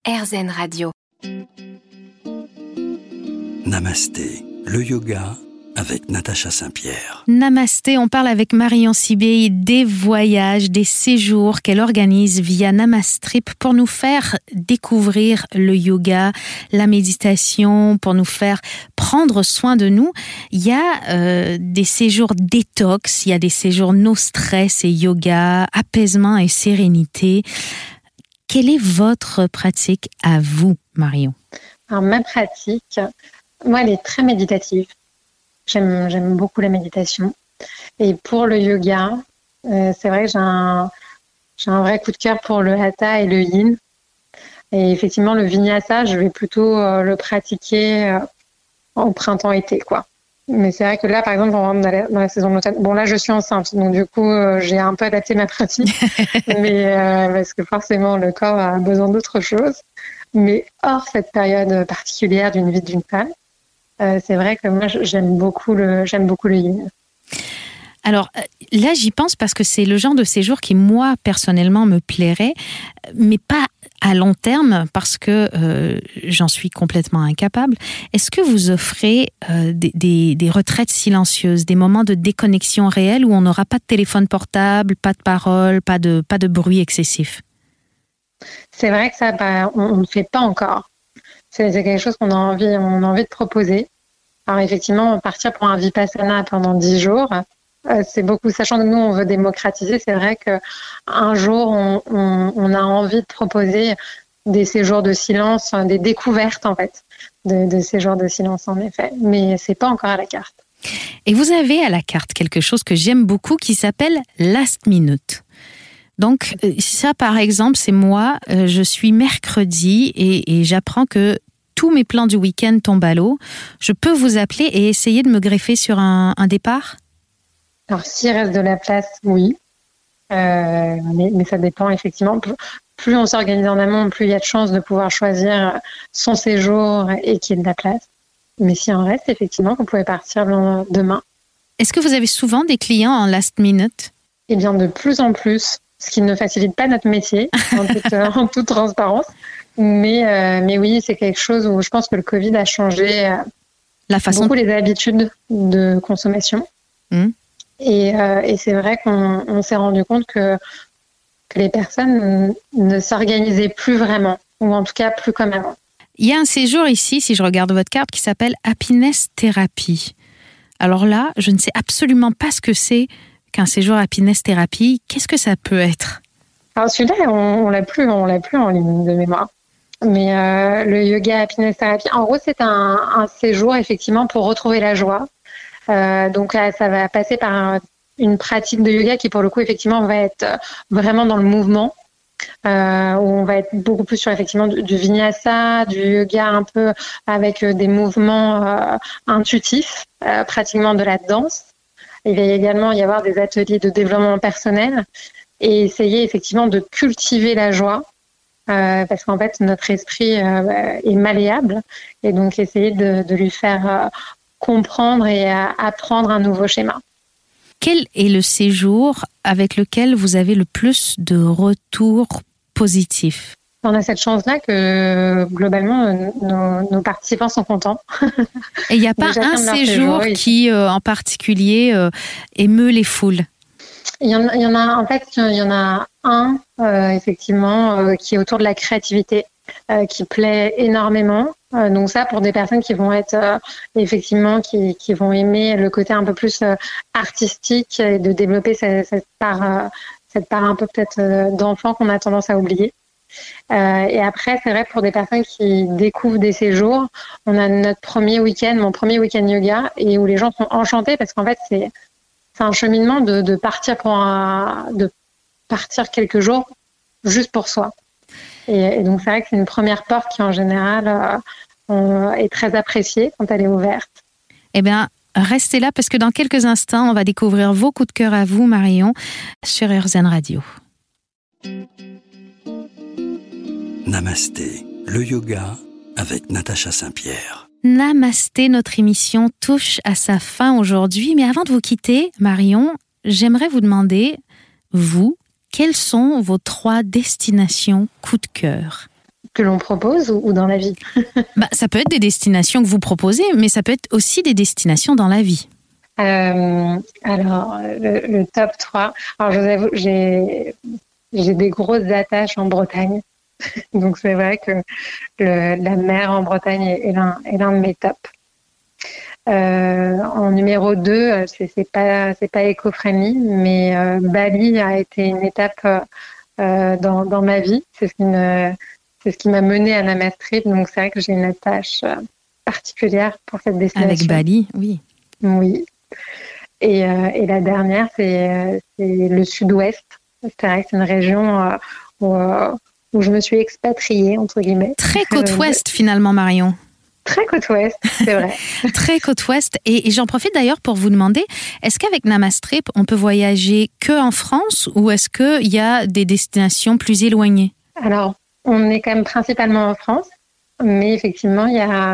RZN Radio. Namasté, le yoga avec Natacha Saint-Pierre. Namasté, on parle avec Marion Sibey des voyages, des séjours qu'elle organise via Namastrip pour nous faire découvrir le yoga, la méditation, pour nous faire prendre soin de nous. Il y a des séjours détox, il y a des séjours no stress et yoga, apaisement et sérénité. Quelle est votre pratique à vous, Marion? Alors, ma pratique, moi, elle est très méditative. J'aime beaucoup la méditation. Et pour le yoga, c'est vrai que j'ai un vrai coup de cœur pour le hatha et le yin. Et effectivement, le vinyasa, je vais plutôt le pratiquer au printemps-été, quoi. Mais c'est vrai que là, par exemple, on rentre dans la saison de l'automne. Bon, là, je suis enceinte, donc du coup, j'ai un peu adapté ma pratique. Mais parce que forcément, le corps a besoin d'autre chose. Mais hors cette période particulière d'une vie d'une femme, c'est vrai que moi, j'aime beaucoup le yin. Alors là, j'y pense parce que c'est le genre de séjour qui, moi, personnellement, me plairait, mais pas à long terme parce que j'en suis complètement incapable. Est-ce que vous offrez des retraites silencieuses, des moments de déconnexion réelle où on n'aura pas de téléphone portable, pas de parole, pas de bruit excessif? C'est vrai que ça, on ne le fait pas encore. C'est quelque chose qu'on a envie de proposer. Alors effectivement, partir pour un vipassana pendant 10 jours, c'est beaucoup. Sachant que nous, on veut démocratiser, c'est vrai qu'un jour, on a envie de proposer des séjours de silence, des découvertes en fait, de séjours de silence en effet. Mais c'est pas encore à la carte. Et vous avez à la carte quelque chose que j'aime beaucoup qui s'appelle Last Minute. Donc ça, par exemple, c'est moi, je suis mercredi et j'apprends que tous mes plans du week-end tombent à l'eau. Je peux vous appeler et essayer de me greffer sur un départ? Alors, s'il reste de la place, oui. Mais ça dépend, effectivement. Plus on s'organise en amont, plus il y a de chances de pouvoir choisir son séjour et qu'il y ait de la place. Mais s'il en reste, effectivement, vous pouvez partir demain. Est-ce que vous avez souvent des clients en last minute? Eh bien, de plus en plus, ce qui ne facilite pas notre métier, en toute transparence. Mais oui, c'est quelque chose où je pense que le Covid a changé beaucoup les habitudes de consommation. Et c'est vrai qu'on s'est rendu compte que les personnes ne s'organisaient plus vraiment, ou en tout cas plus comme avant. Il y a un séjour ici, si je regarde votre carte, qui s'appelle Happiness Therapy. Alors là, je ne sais absolument pas ce que c'est qu'un séjour Happiness Therapy. Qu'est-ce que ça peut être? Alors celui-là, on l'a plus en ligne de mémoire. Mais le yoga Happiness Therapy, en gros, c'est un séjour effectivement pour retrouver la joie. Donc ça va passer par une pratique de yoga qui pour le coup effectivement va être vraiment dans le mouvement, où on va être beaucoup plus sur effectivement du vinyasa, du yoga un peu avec des mouvements intuitifs, pratiquement de la danse. Il va également y avoir des ateliers de développement personnel et essayer effectivement de cultiver la joie. Parce qu'en fait notre esprit est malléable et donc essayer de lui faire comprendre et apprendre un nouveau schéma. Quel est le séjour avec lequel vous avez le plus de retours positifs? On a cette chance-là que globalement nos participants sont contents. Et il n'y a pas un séjour qui en particulier émeut les foules? Il y en a un effectivement qui est autour de la créativité, qui plaît énormément. Donc ça, pour des personnes qui vont être effectivement qui vont aimer le côté un peu plus artistique et de développer cette part un peu peut-être d'enfant qu'on a tendance à oublier. Et après, c'est vrai pour des personnes qui découvrent des séjours, on a mon premier week-end yoga, et où les gens sont enchantés parce qu'en fait c'est un cheminement de partir de partir quelques jours juste pour soi. Et donc c'est vrai que c'est une première porte qui en général est très appréciée quand elle est ouverte. Eh bien, restez là parce que dans quelques instants, on va découvrir vos coups de cœur à vous, Marion, sur RZN Radio. Namasté, le yoga avec Natacha Saint-Pierre. Namasté, notre émission touche à sa fin aujourd'hui. Mais avant de vous quitter, Marion, j'aimerais vous demander, vous, quelles sont vos 3 destinations coup de cœur? que l'on propose ou dans la vie? Ça peut être des destinations que vous proposez, mais ça peut être aussi des destinations dans la vie. Alors, le top 3. Alors, je vous avoue, j'ai des grosses attaches en Bretagne. Donc, c'est vrai que la mer en Bretagne est l'un de mes tops. En numéro 2, c'est pas éco-friendly, mais Bali a été une étape dans ma vie. C'est ce qui m'a menée à Namastrip. Donc, c'est vrai que j'ai une attache particulière pour cette destination. Avec Bali, oui. Oui. Et la dernière, c'est le sud-ouest. C'est vrai que c'est une région où je me suis expatriée, entre guillemets. Très côte ouest, finalement, Marion. Très côte ouest, c'est vrai. Très côte ouest. Et j'en profite d'ailleurs pour vous demander, est-ce qu'avec Namastrip, on peut voyager que en France ou est-ce qu'il y a des destinations plus éloignées? Alors, on est quand même principalement en France, mais effectivement,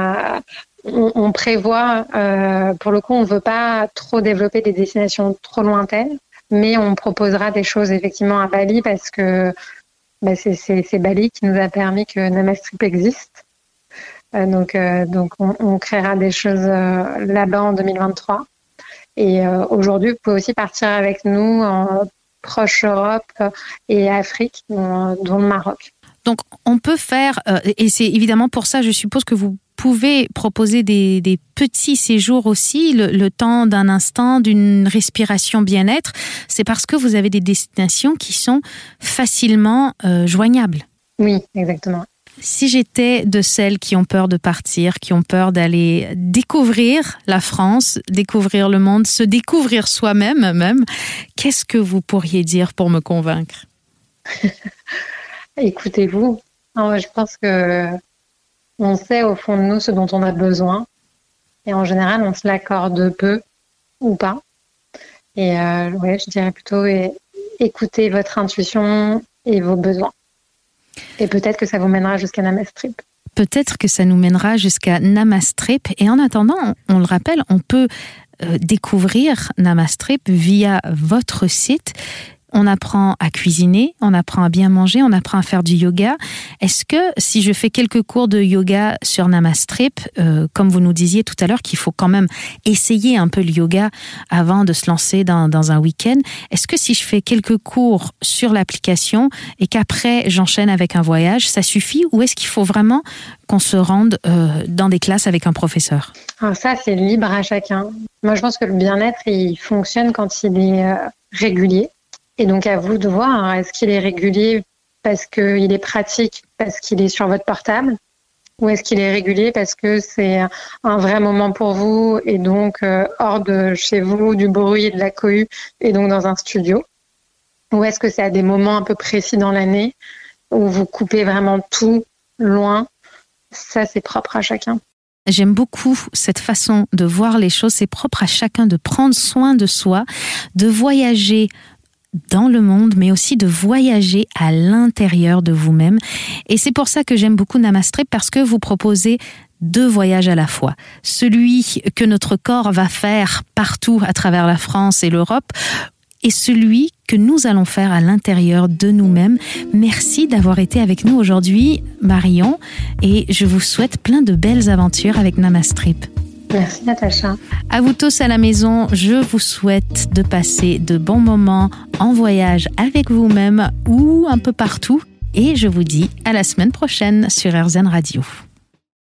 on prévoit, pour le coup, on ne veut pas trop développer des destinations trop lointaines, mais on proposera des choses effectivement à Bali parce que c'est Bali qui nous a permis que Namastrip existe. Donc on créera des choses là-bas en 2023. Et aujourd'hui, vous pouvez aussi partir avec nous en proche Europe et Afrique, dont le Maroc. Donc on peut faire, et c'est évidemment pour ça, je suppose que vous pouvez proposer des petits séjours aussi, le temps d'un instant, d'une respiration bien-être. C'est parce que vous avez des destinations qui sont facilement joignables. Oui, exactement. Si j'étais de celles qui ont peur de partir, qui ont peur d'aller découvrir la France, découvrir le monde, se découvrir soi-même même, qu'est-ce que vous pourriez dire pour me convaincre? Écoutez-vous. Je pense que on sait au fond de nous ce dont on a besoin. Et en général, on se l'accorde peu ou pas. Et je dirais plutôt écoutez votre intuition et vos besoins. Et peut-être que ça vous mènera jusqu'à Namastrip. Peut-être que ça nous mènera jusqu'à Namastrip. Et en attendant, on le rappelle, on peut découvrir Namastrip via votre site. On apprend à cuisiner, on apprend à bien manger, on apprend à faire du yoga. Est-ce que si je fais quelques cours de yoga sur Namastrip, comme vous nous disiez tout à l'heure qu'il faut quand même essayer un peu le yoga avant de se lancer dans un week-end, est-ce que si je fais quelques cours sur l'application et qu'après j'enchaîne avec un voyage, ça suffit ou est-ce qu'il faut vraiment qu'on se rende dans des classes avec un professeur? Alors ça, c'est libre à chacun. Moi, je pense que le bien-être, il fonctionne quand il est régulier. Et donc, à vous de voir, est-ce qu'il est régulier parce qu'il est pratique, parce qu'il est sur votre portable, ou est-ce qu'il est régulier parce que c'est un vrai moment pour vous et donc hors de chez vous, du bruit et de la cohue, et donc dans un studio, ou est-ce que c'est à des moments un peu précis dans l'année où vous coupez vraiment tout loin? Ça, c'est propre à chacun. J'aime beaucoup cette façon de voir les choses. C'est propre à chacun de prendre soin de soi, de voyager dans le monde, mais aussi de voyager à l'intérieur de vous-même. Et c'est pour ça que j'aime beaucoup Namastrip, parce que vous proposez 2 voyages à la fois. Celui que notre corps va faire partout à travers la France et l'Europe, et celui que nous allons faire à l'intérieur de nous-mêmes. Merci d'avoir été avec nous aujourd'hui, Marion, et je vous souhaite plein de belles aventures avec Namastrip. Merci Natacha. À vous tous à la maison, je vous souhaite de passer de bons moments en voyage avec vous-même ou un peu partout. Et je vous dis à la semaine prochaine sur RZN Radio.